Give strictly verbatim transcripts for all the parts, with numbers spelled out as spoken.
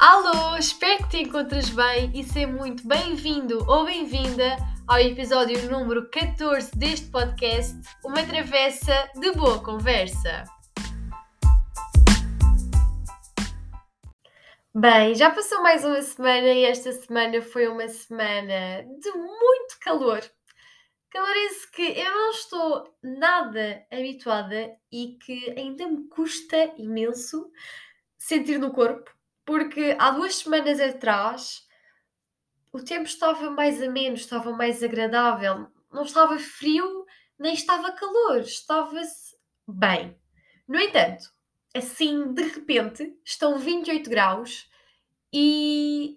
Alô, espero que te encontres bem e seja muito bem-vindo ou bem-vinda ao episódio número catorze deste podcast, Uma Travessa de Boa Conversa. Bem, já passou mais uma semana e esta semana foi uma semana de muito calor. Calor esse que eu não estou nada habituada e que ainda me custa imenso sentir no corpo, porque há duas semanas atrás o tempo estava mais ameno, estava mais agradável, não estava frio nem estava calor, estava-se bem. No entanto, assim de repente estão vinte e oito graus e,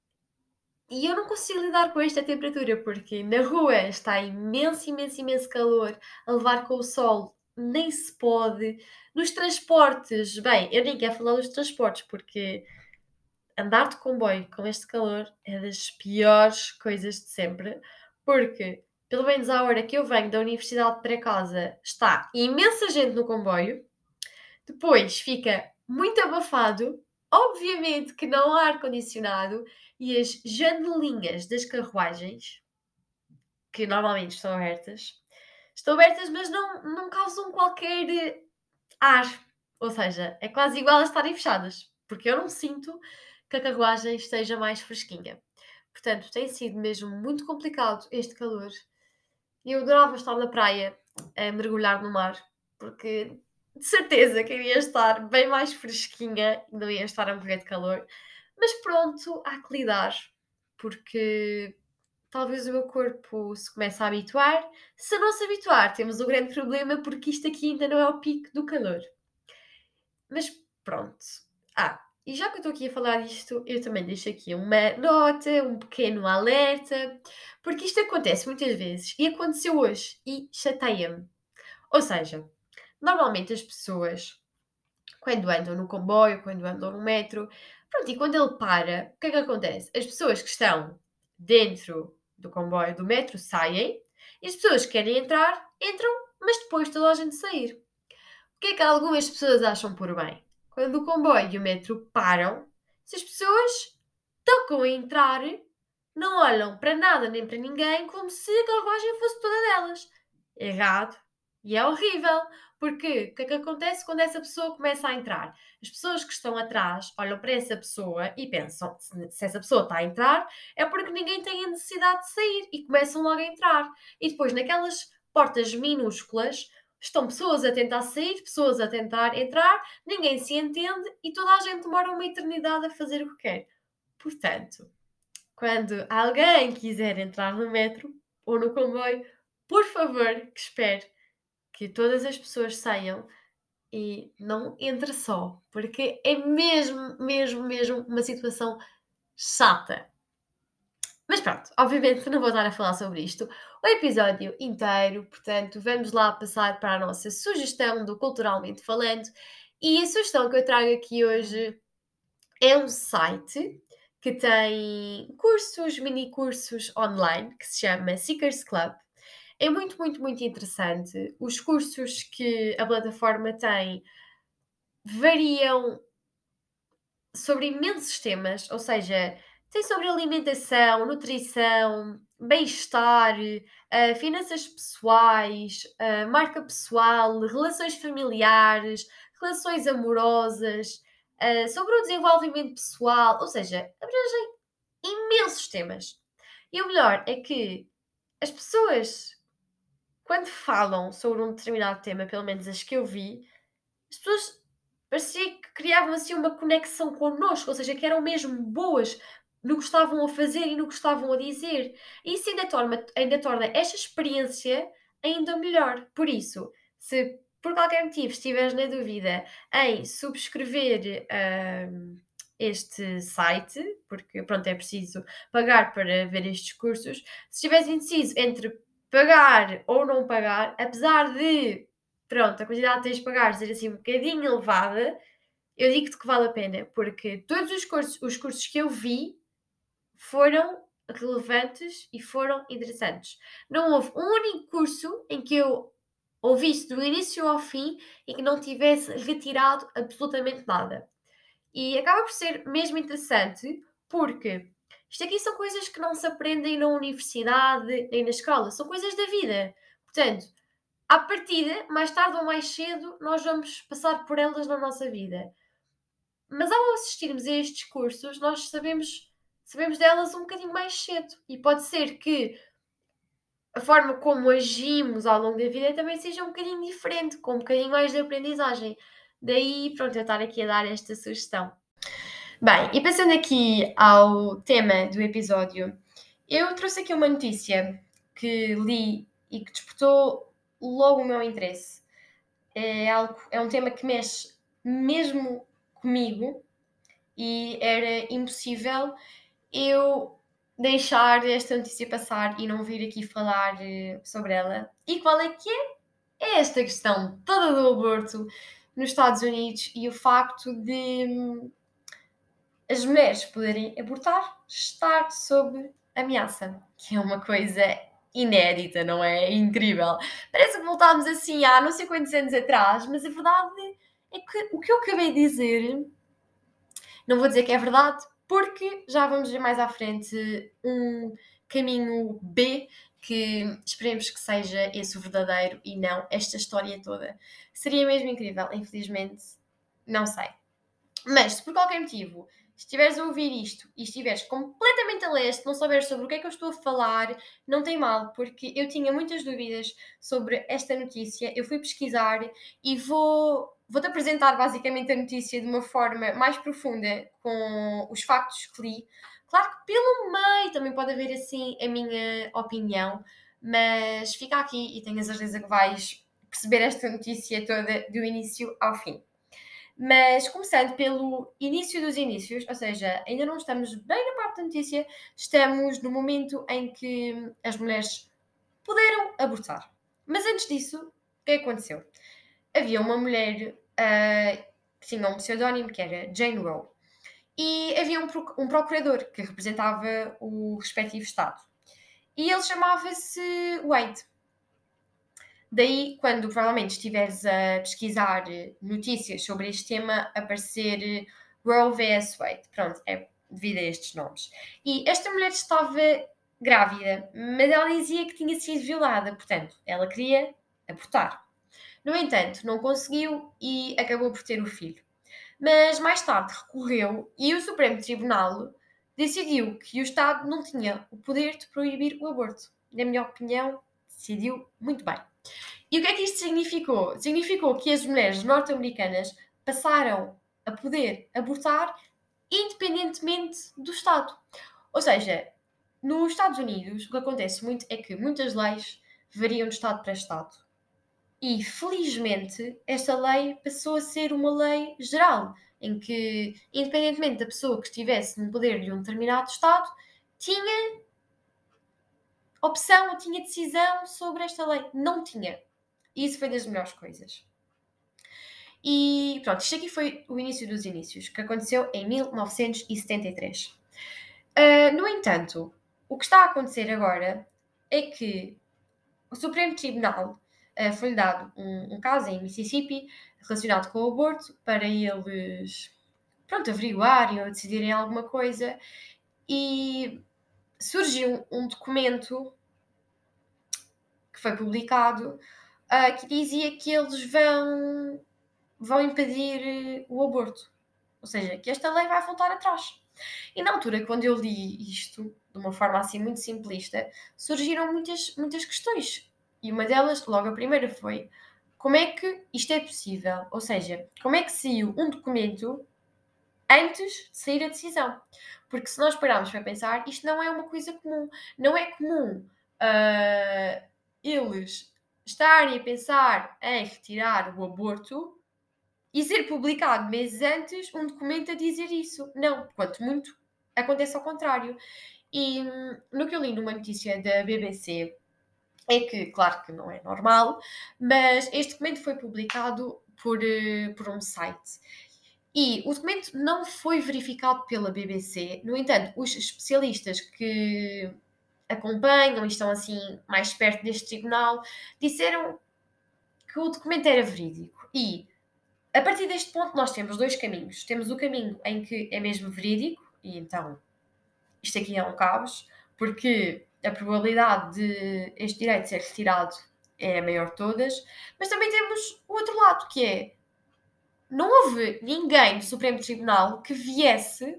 e eu não consigo lidar com esta temperatura porque na rua está imenso, imenso, imenso calor, a levar com o sol nem se pode. Nos transportes, bem, eu nem quero falar dos transportes porque andar de comboio com este calor é das piores coisas de sempre, porque, pelo menos à hora que eu venho da universidade para casa, está imensa gente no comboio, depois fica muito abafado, obviamente que não há ar-condicionado, e as janelinhas das carruagens, que normalmente estão abertas, estão abertas, mas não, não causam qualquer ar. Ou seja, é quase igual a estarem fechadas, porque eu não sinto que a carruagem esteja mais fresquinha. Portanto, tem sido mesmo muito complicado este calor. Eu adorava estar na praia a mergulhar no mar, porque de certeza que iria estar bem mais fresquinha e não ia estar a morrer de calor. Mas pronto, há que lidar, porque talvez o meu corpo se comece a habituar. Se não se habituar, temos um grande problema, porque isto aqui ainda não é o pico do calor. Mas pronto. Ah, e já que eu estou aqui a falar disto, eu também deixo aqui uma nota, um pequeno alerta, porque isto acontece muitas vezes e aconteceu hoje e chateia-me. Ou seja, normalmente as pessoas, quando andam no comboio, quando andam no metro, pronto, e quando ele para, o que é que acontece? As pessoas que estão dentro do comboio, do metro, saem, e as pessoas que querem entrar, entram, mas depois toda a gente sair. O que é que algumas pessoas acham por bem? Quando o comboio e o metro param, se as pessoas tocam a entrar, não olham para nada nem para ninguém como se a carruagem fosse toda delas. Errado. E é horrível. Porque o que é que acontece quando essa pessoa começa a entrar? As pessoas que estão atrás olham para essa pessoa e pensam: se, se essa pessoa está a entrar, é porque ninguém tem a necessidade de sair e começam logo a entrar. E depois, naquelas portas minúsculas, estão pessoas a tentar sair, pessoas a tentar entrar, ninguém se entende e toda a gente demora uma eternidade a fazer o que quer. Portanto, quando alguém quiser entrar no metro ou no comboio, por favor, que espere que todas as pessoas saiam e não entre só, porque é mesmo, mesmo, mesmo uma situação chata. Mas pronto, obviamente que não vou estar a falar sobre isto o episódio inteiro, portanto, vamos lá passar para a nossa sugestão do Culturalmente Falando. E a sugestão que eu trago aqui hoje é um site que tem cursos, mini cursos online, que se chama Seekers Club. É muito, muito, muito interessante. Os cursos que a plataforma tem variam sobre imensos temas, ou seja, tem sobre alimentação, nutrição, bem-estar, eh, finanças pessoais, eh, marca pessoal, relações familiares, relações amorosas, eh, sobre o desenvolvimento pessoal, ou seja, abrangem imensos temas. E o melhor é que as pessoas, quando falam sobre um determinado tema, pelo menos as que eu vi, as pessoas parecia que criavam assim uma conexão connosco, ou seja, que eram mesmo boas no que estavam a fazer e no que estavam a dizer. E isso ainda torna, ainda torna esta experiência ainda melhor. Por isso, se por qualquer motivo estiveres na dúvida em subscrever hum, este site, porque pronto, é preciso pagar para ver estes cursos, se estiveres indeciso entre pagar ou não pagar, apesar de pronto, a quantidade que tens de pagar ser assim um bocadinho elevada, eu digo-te que vale a pena, porque todos os cursos, os cursos que eu vi foram relevantes e foram interessantes. Não houve um único curso em que eu ouvisse do início ao fim e que não tivesse retirado absolutamente nada. E acaba por ser mesmo interessante, porque isto aqui são coisas que não se aprendem na universidade nem na escola, são coisas da vida. Portanto, à partida, mais tarde ou mais cedo, nós vamos passar por elas na nossa vida. Mas ao assistirmos a estes cursos, nós sabemos, sabemos delas um bocadinho mais cedo. E pode ser que a forma como agimos ao longo da vida também seja um bocadinho diferente, com um bocadinho mais de aprendizagem. Daí, pronto, eu estar aqui a dar esta sugestão. Bem, e passando aqui ao tema do episódio, eu trouxe aqui uma notícia que li e que despertou logo o meu interesse. É, algo, é um tema que mexe mesmo comigo e era impossível eu deixar esta notícia passar e não vir aqui falar eh, sobre ela. E qual é que é? É esta questão toda do aborto nos Estados Unidos e o facto de hum, as mulheres poderem abortar estar sob ameaça, que é uma coisa inédita, não é? Incrível. Parece que voltámos assim há não sei quantos anos atrás, mas a verdade é que o que eu acabei de dizer, não vou dizer que é verdade, porque já vamos ver mais à frente um caminho B que esperemos que seja esse o verdadeiro e não esta história toda. Seria mesmo incrível, infelizmente, não sei. Mas se por qualquer motivo estiveres a ouvir isto e estiveres completamente a leste, não souberes sobre o que é que eu estou a falar, não tem mal, porque eu tinha muitas dúvidas sobre esta notícia. Eu fui pesquisar e vou, vou-te apresentar basicamente a notícia de uma forma mais profunda, com os factos que li. Claro que pelo meio também pode haver assim a minha opinião, mas fica aqui e tenho a certeza que vais perceber esta notícia toda do início ao fim. Mas começando pelo início dos inícios, ou seja, ainda não estamos bem na parte da notícia, estamos no momento em que as mulheres puderam abortar. Mas antes disso, o que é que aconteceu? Havia uma mulher ah, que tinha um pseudónimo que era Jane Roe e havia um, proc- um procurador que representava o respectivo Estado. E ele chamava-se Wade. Daí, quando provavelmente estiveres a pesquisar notícias sobre este tema, aparecer Roe vs Wade. Pronto, é devido a estes nomes. E esta mulher estava grávida, mas ela dizia que tinha sido violada, portanto, ela queria abortar. No entanto, não conseguiu e acabou por ter o filho. Mas mais tarde recorreu e o Supremo Tribunal decidiu que o Estado não tinha o poder de proibir o aborto. Na minha opinião, decidiu muito bem. E o que é que isto significou? Significou que as mulheres norte-americanas passaram a poder abortar independentemente do Estado. Ou seja, nos Estados Unidos, o que acontece muito é que muitas leis variam de Estado para Estado. E, felizmente, esta lei passou a ser uma lei geral, em que, independentemente da pessoa que estivesse no poder de um determinado Estado, tinha opção ou tinha decisão sobre esta lei. Não tinha. E isso foi das melhores coisas. E pronto, isto aqui foi o início dos inícios, que aconteceu em mil novecentos e setenta e três. Uh, no entanto, o que está a acontecer agora é que o Supremo Tribunal uh, foi-lhe dado um, um caso em Mississippi relacionado com o aborto para eles, pronto, averiguarem ou decidirem alguma coisa e surgiu um documento que foi publicado uh, que dizia que eles vão, vão impedir eh, o aborto. Ou seja, que esta lei vai voltar atrás. E na altura, quando eu li isto, de uma forma assim muito simplista, surgiram muitas, muitas questões. E uma delas, logo a primeira, foi como é que isto é possível? Ou seja, como é que saiu um documento antes de sair a decisão? Porque se nós pararmos para pensar, isto não é uma coisa comum. Não é comum uh, eles estarem a pensar em retirar o aborto e ser publicado meses antes um documento a dizer isso. Não, quanto muito, acontece ao contrário. E hum, no que eu li numa notícia da B B C, é que, claro que não é normal, mas este documento foi publicado por, uh, por um site. E o documento não foi verificado pela B B C, no entanto, os especialistas que acompanham e estão assim mais perto deste tribunal disseram que o documento era verídico. E A partir deste ponto, nós temos dois caminhos. Temos o caminho em que é mesmo verídico, e então isto aqui é um caos, porque a probabilidade de este direito ser retirado é a maior de todas, mas também temos o outro lado, que é não houve ninguém do Supremo Tribunal que viesse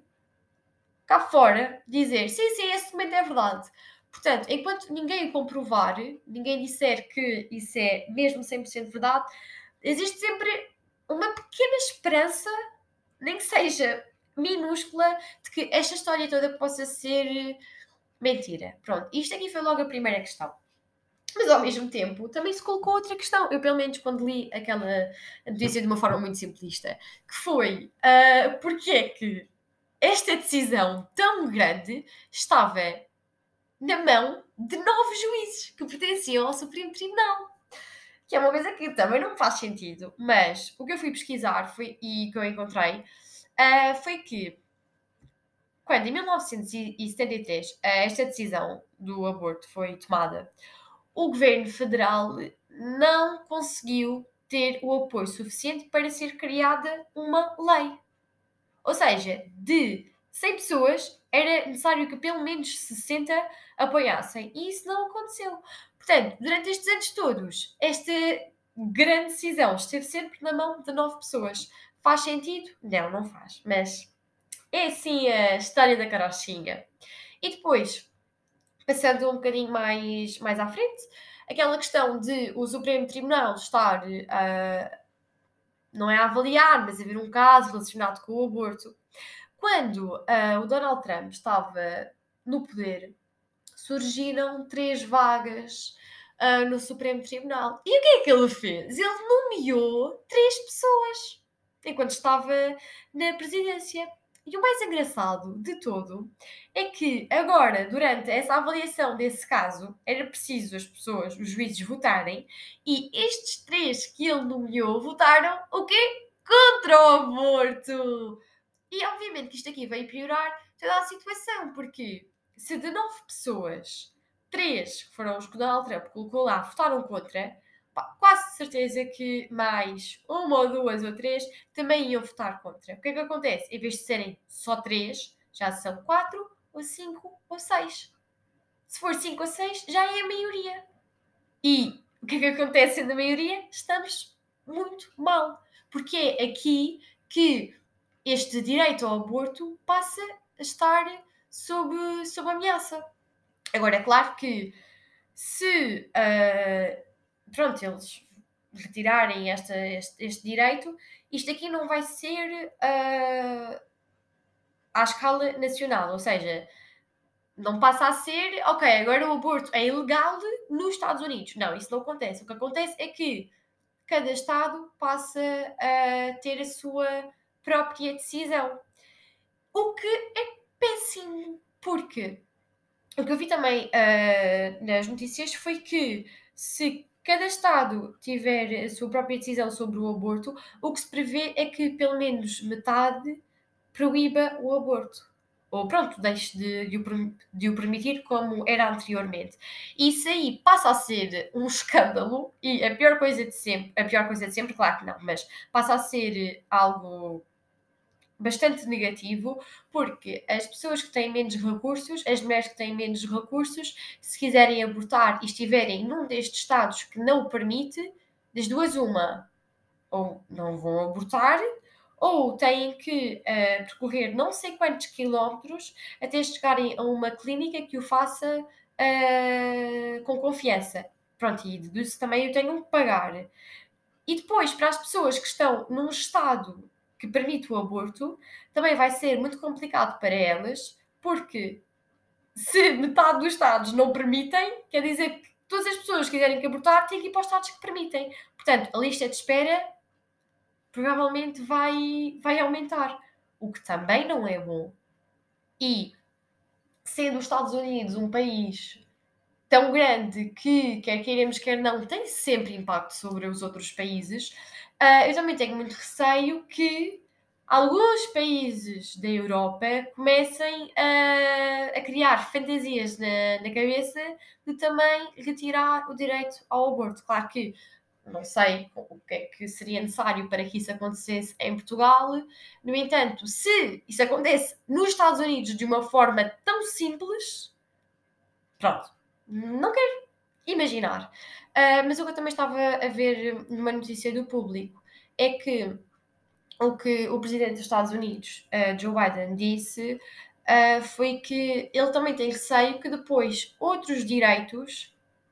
cá fora dizer sim, sim, esse documento é verdade. Portanto, enquanto ninguém o comprovar, ninguém disser que isso é mesmo cem por cento verdade, existe sempre uma pequena esperança, nem que seja minúscula, de que esta história toda possa ser mentira. Pronto, isto aqui foi logo a primeira questão. Mas ao mesmo tempo também se colocou outra questão. Eu, pelo menos, quando li aquela notícia de uma forma muito simplista, que foi uh, porque é que esta decisão tão grande estava na mão de nove juízes que pertenciam ao Supremo Tribunal. Que é uma coisa que também não faz sentido, mas o que eu fui pesquisar foi, e que eu encontrei uh, foi que, quando em mil novecentos e setenta e três uh, esta decisão do aborto foi tomada, o governo federal não conseguiu ter o apoio suficiente para ser criada uma lei. Ou seja, de cem pessoas, era necessário que pelo menos sessenta apoiassem. E isso não aconteceu. Portanto, durante estes anos todos, esta grande decisão esteve sempre na mão de nove pessoas. Faz sentido? Não, não faz. Mas é assim a história da carochinha. E depois, passando um bocadinho mais, mais à frente, aquela questão de o Supremo Tribunal estar a, não é a avaliar, mas a ver um caso relacionado com o aborto. Quando uh, o Donald Trump estava no poder, surgiram três vagas uh, no Supremo Tribunal. E o que é que ele fez? Ele nomeou três pessoas enquanto estava na presidência. E o mais engraçado de todo é que agora, durante essa avaliação desse caso, era preciso as pessoas, os juízes, votarem, e estes três que ele nomeou votaram o quê? Contra o aborto! E obviamente que isto aqui veio piorar toda a situação, porque se de nove pessoas, três foram os que o Donald Trump colocou lá, votaram contra, pá, quase certeza que mais uma ou duas ou três também iam votar contra. O que é que acontece? Em vez de serem só três, já são quatro, ou cinco, ou seis. Se for cinco ou seis, já é a maioria. E o que é que acontece na maioria? Estamos muito mal. Porque é aqui que este direito ao aborto passa a estar sob, sob ameaça. Agora, é claro que se uh, pronto, eles retirarem esta, este, este direito, isto aqui não vai ser uh, à escala nacional, ou seja, não passa a ser, ok, agora o aborto é ilegal nos Estados Unidos. Não, isso não acontece. O que acontece é que cada Estado passa a ter a sua própria decisão. O que é péssimo, porque o que eu vi também uh, nas notícias foi que se cada Estado tiver a sua própria decisão sobre o aborto, o que se prevê é que pelo menos metade proíba o aborto. Ou pronto, deixe de, de, o, de o permitir como era anteriormente. E isso aí passa a ser um escândalo e a pior coisa de sempre, a pior coisa de sempre, claro que não, mas passa a ser algo bastante negativo, porque as pessoas que têm menos recursos, as mulheres que têm menos recursos, se quiserem abortar e estiverem num destes estados que não o permite, das duas uma, ou não vão abortar, ou têm que uh, percorrer não sei quantos quilómetros até chegarem a uma clínica que o faça uh, com confiança. Pronto, e disso também eu tenho que pagar. E depois, para as pessoas que estão num estado que permite o aborto, também vai ser muito complicado para elas, porque se metade dos estados não permitem, quer dizer que todas as pessoas que quiserem que abortar têm que ir para os estados que permitem. Portanto, a lista de espera provavelmente vai, vai aumentar, o que também não é bom. E sendo os Estados Unidos um país tão grande que, quer queiramos, quer não, tem sempre impacto sobre os outros países, uh, eu também tenho muito receio que alguns países da Europa comecem a, a criar fantasias na, na cabeça de também retirar o direito ao aborto. Claro que não sei que é que seria necessário para que isso acontecesse em Portugal. No entanto, se isso acontece nos Estados Unidos de uma forma tão simples, pronto, não quero imaginar. Uh, mas o que eu também estava a ver numa notícia do Público é que o que o presidente dos Estados Unidos, uh, Joe Biden, disse uh, foi que ele também tem receio que depois outros direitos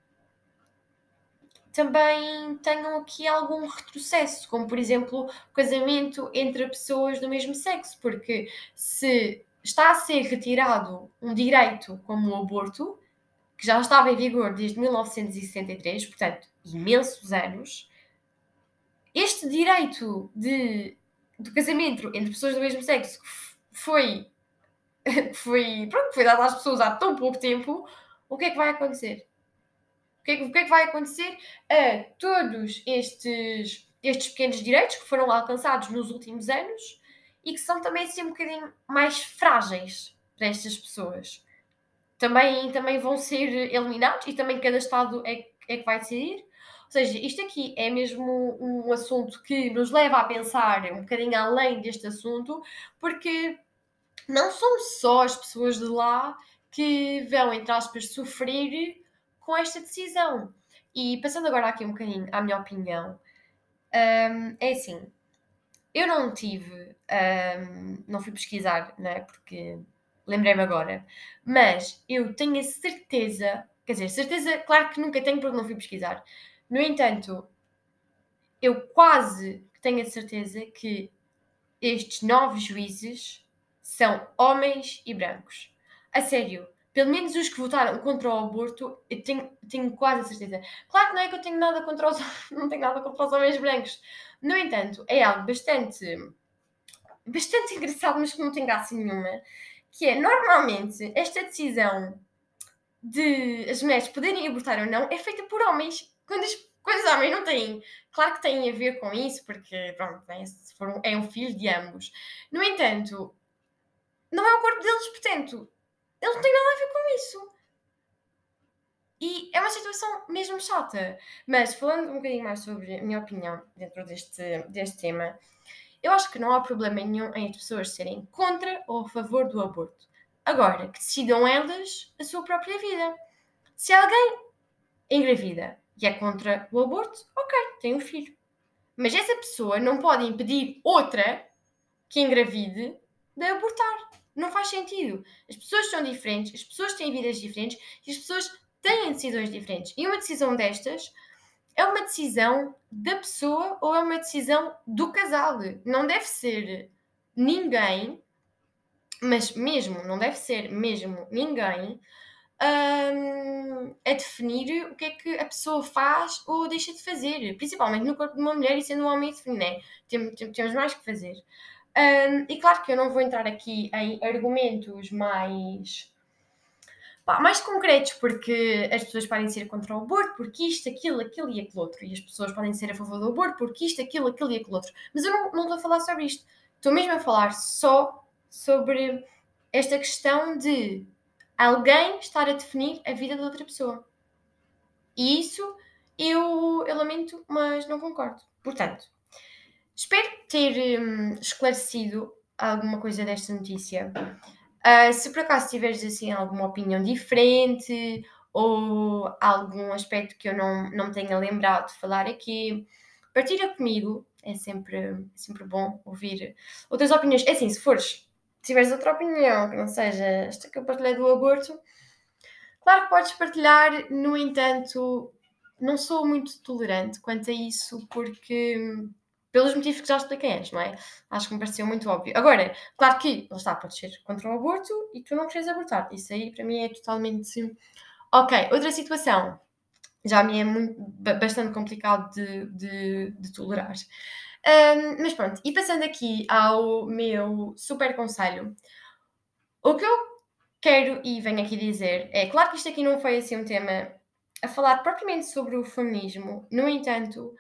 também tenham aqui algum retrocesso, como por exemplo o casamento entre pessoas do mesmo sexo, porque se está a ser retirado um direito como o aborto, que já estava em vigor desde mil novecentos e sessenta e três, portanto, imensos anos, este direito de, do casamento entre pessoas do mesmo sexo foi, foi, pronto, foi dado às pessoas há tão pouco tempo, o que é que vai acontecer? O que é que, o que, é que vai acontecer a todos estes, estes pequenos direitos que foram alcançados nos últimos anos e que são também assim um bocadinho mais frágeis para estas pessoas? Também, também vão ser eliminados e também cada Estado é, é que vai decidir. Ou seja, isto aqui é mesmo um assunto que nos leva a pensar um bocadinho além deste assunto, porque não são só as pessoas de lá que vão, entre aspas, sofrer com esta decisão. E passando agora aqui um bocadinho à minha opinião, hum, é assim, eu não tive, hum, não fui pesquisar, não é? Porque lembrei-me agora, mas eu tenho a certeza, quer dizer, certeza, claro que nunca tenho porque não fui pesquisar. No entanto, eu quase tenho a certeza que estes nove juízes são homens e brancos. A sério, pelo menos os que votaram contra o aborto, eu tenho, tenho quase a certeza. Claro que não é que eu tenho nada contra os, não tenho nada contra os homens brancos. No entanto, é algo bastante, bastante engraçado, mas que não tem graça nenhuma, que é, normalmente, esta decisão de as mulheres poderem abortar ou não é feita por homens. Quando, as, quando os homens não têm. Claro que têm a ver com isso, porque pronto, é, se for um, é um filho de ambos. No entanto, não é o corpo deles, portanto, eles não têm nada a ver com isso. E é uma situação mesmo chata. Mas falando um bocadinho mais sobre a minha opinião dentro deste, deste tema, eu acho que não há problema nenhum em as pessoas serem contra ou a favor do aborto. Agora, que decidam elas a sua própria vida. Se alguém engravida e é contra o aborto, ok, tem um filho. Mas essa pessoa não pode impedir outra que engravide de abortar. Não faz sentido. As pessoas são diferentes, as pessoas têm vidas diferentes e as pessoas têm decisões diferentes. E uma decisão destas é uma decisão da pessoa ou é uma decisão do casal. Não deve ser ninguém, mas mesmo, não deve ser mesmo ninguém hum, a definir o que é que a pessoa faz ou deixa de fazer, principalmente no corpo de uma mulher e sendo um homem a definir, né? Tem, tem, temos mais que fazer. Um, e claro que eu não vou entrar aqui em argumentos mais, pá, mais concretos, porque as pessoas podem ser contra o aborto, porque isto, aquilo, aquilo e aquilo outro, e as pessoas podem ser a favor do aborto, porque isto, aquilo, aquilo e aquilo outro. Mas eu não, não estou a falar sobre isto. Estou mesmo a falar só sobre esta questão de alguém estar a definir a vida de outra pessoa. E isso eu, eu lamento, mas não concordo. Portanto, espero ter hum, esclarecido alguma coisa desta notícia. Uh, se por acaso tiveres assim alguma opinião diferente ou algum aspecto que eu não, não me tenha lembrado de falar aqui, partilha comigo. É sempre, é sempre bom ouvir outras opiniões. É assim, se fores, se tiveres outra opinião que não seja esta que eu partilhei do aborto, claro que podes partilhar, no entanto, não sou muito tolerante quanto a isso, porque pelos motivos que já expliquei antes, não é? Acho que me pareceu muito óbvio. Agora, claro que, lá está, podes ser contra o aborto e tu não queres abortar. Isso aí, para mim, é totalmente... Ok, outra situação. Já me é muito, bastante complicado de, de, de tolerar. Um, mas pronto, e passando aqui ao meu super conselho. O que eu quero e venho aqui dizer é, claro que isto aqui não foi assim um tema a falar propriamente sobre o feminismo, no entanto,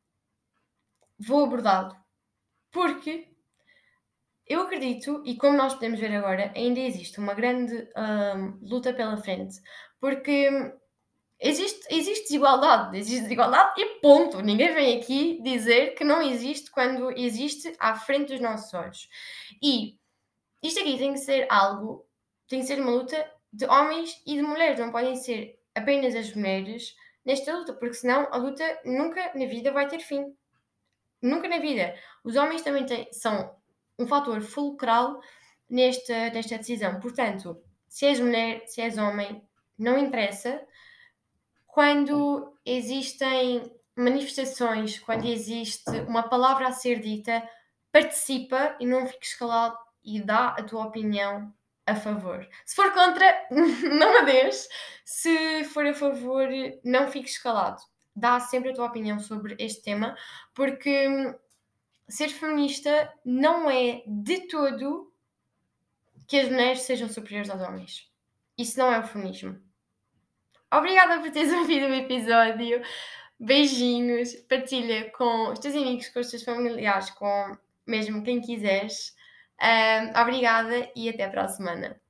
vou abordá-lo, porque eu acredito, e como nós podemos ver agora, ainda existe uma grande hum, luta pela frente, porque Existe, existe desigualdade, existe desigualdade e ponto. Ninguém vem aqui dizer que não existe quando existe à frente dos nossos olhos. E isto aqui tem que ser algo, tem que ser uma luta de homens e de mulheres, não podem ser apenas as mulheres nesta luta, porque senão a luta nunca na vida vai ter fim. Nunca na vida. Os homens também têm, são um fator fulcral nesta, nesta decisão. Portanto, se és mulher, se és homem, não interessa. Quando existem manifestações, quando existe uma palavra a ser dita, participa e não fiques calado e dá a tua opinião a favor. Se for contra, não a dês. Se for a favor, não fiques calado. Dá sempre a tua opinião sobre este tema, porque hum, ser feminista não é de todo que as mulheres sejam superiores aos homens. Isso não é o feminismo. Obrigada por teres ouvido o episódio. Beijinhos. Partilha com os teus amigos, com os teus familiares, com mesmo quem quiseres. Ahm, obrigada e até para a semana.